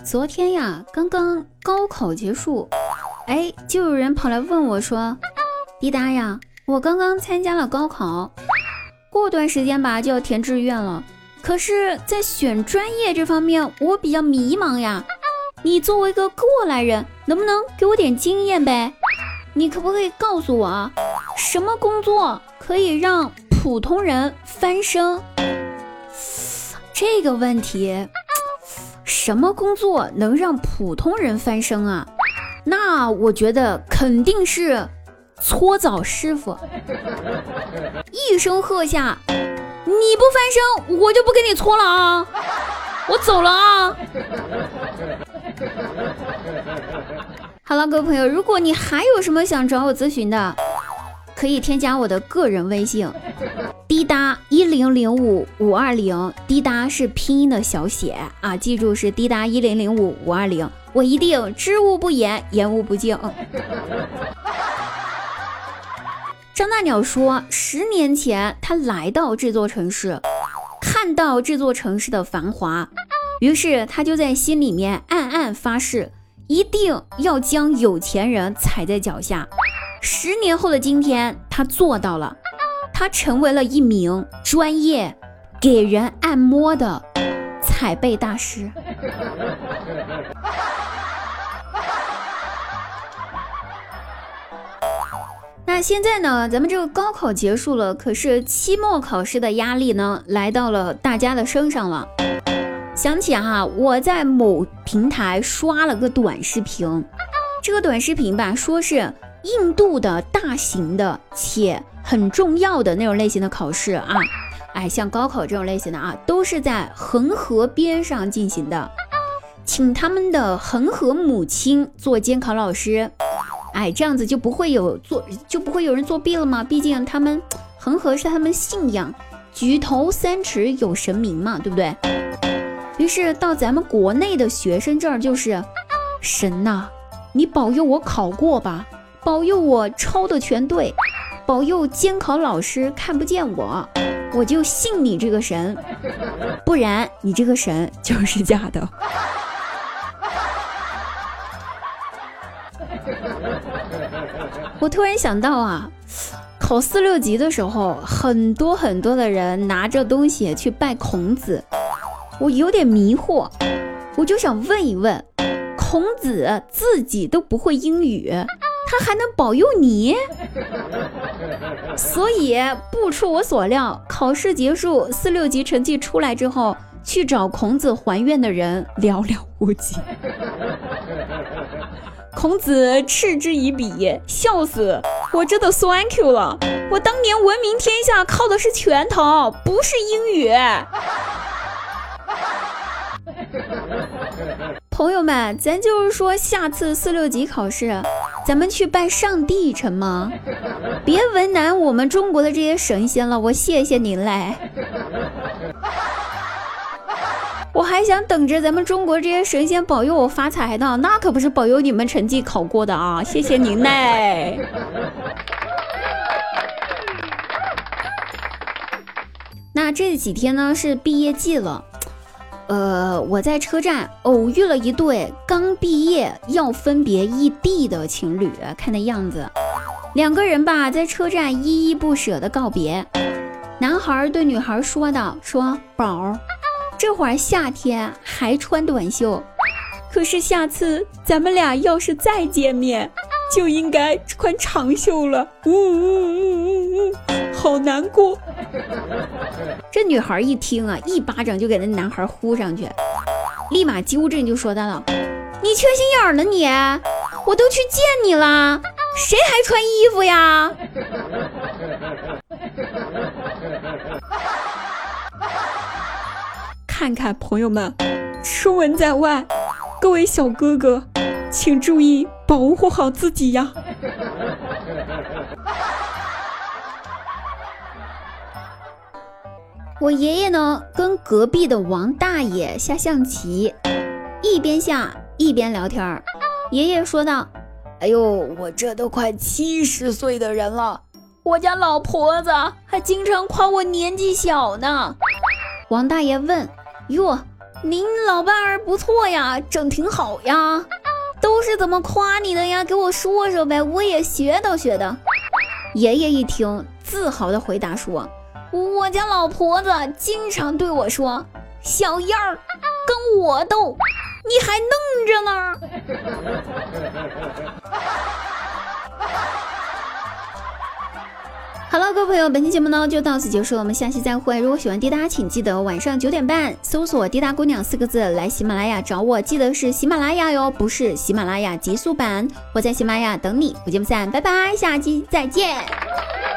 昨天呀，刚刚高考结束，就有人跑来问我说，滴答呀，我刚刚参加了高考，过段时间吧就要填志愿了，可是在选专业这方面我比较迷茫呀，你作为一个过来人，能不能给我点经验呗？你可不可以告诉我，什么工作可以让普通人翻身？这个问题，什么工作能让普通人翻身啊？那我觉得肯定是搓澡师傅。一声喝下，你不翻身，我就不给你搓了啊！我走了啊！好了，各位朋友，如果你还有什么想找我咨询的，可以添加我的个人微信滴答1005520，滴答是拼音的小写啊，记住是滴答1005520，我一定知无不言，言无不尽。张大鸟说，10年前他来到这座城市，看到这座城市的繁华，于是他就在心里面暗暗发誓，一定要将有钱人踩在脚下。10年后的今天，他做到了，他成为了一名专业给人按摩的踩背大师。那现在呢，咱们这个高考结束了，可是期末考试的压力呢，来到了大家的身上了。想起我在某平台刷了个短视频，这个短视频吧，说是印度的大型的且很重要的那种类型的考试啊，像高考这种类型的都是在恒河边上进行的，请他们的恒河母亲做监考老师，这样子就不会有人作弊了嘛，毕竟他们恒河是他们信仰，举头三尺有神明嘛，对不对？于是到咱们国内的学生这儿就是神呐，你保佑我考过吧，保佑我抄的全对，保佑监考老师看不见我就信你这个神，不然你这个神就是假的。我突然想到考4、6级的时候，很多的人拿着东西去拜孔子，我有点迷惑，我就想问一问，孔子自己都不会英语，他还能保佑你？所以不出我所料，考试结束4、6级成绩出来之后，去找孔子还愿的人寥寥无几。孔子嗤之以鼻，笑死，我真的 thank you 了，我当年闻名天下靠的是拳头，不是英语。朋友们，咱就是说下次4、6级考试咱们去拜上帝成吗？别为难我们中国的这些神仙了，我谢谢您嘞。我还想等着咱们中国这些神仙保佑我发财呢，那可不是保佑你们成绩考过的啊，谢谢您嘞。那这几天呢是毕业季了，我在车站偶遇了一对刚毕业要分别异地的情侣，看的样子2个人吧在车站依依不舍的告别。男孩对女孩说道，说宝，这会儿夏天还穿短袖，可是下次咱们俩要是再见面就应该穿长袖了，好难过。这女孩一听一巴掌就给那男孩呼上去，立马纠正就说到了，你缺心眼了你，我都去见你了，谁还穿衣服呀？看看朋友们，出门在外，各位小哥哥请注意保护好自己呀。我爷爷呢跟隔壁的王大爷下象棋，一边下一边聊天。爷爷说道，哎呦，我这都快70岁的人了，我家老婆子还经常夸我年纪小呢。王大爷问，哟， 您老伴儿不错呀，整挺好呀，都是怎么夸你的呀？给我说说呗，我也学道学道。爷爷一听，自豪地回答说，我家老婆子经常对我说，小燕儿跟我斗，你还弄着呢。好了，各位朋友，本期节目呢就到此结束了，我们下期再会。如果喜欢滴答，请记得晚上9点半搜索滴答姑娘4个字来喜马拉雅找我，记得是喜马拉雅哟，不是喜马拉雅极速版。我在喜马拉雅等你，不见不散，拜拜，下期再见。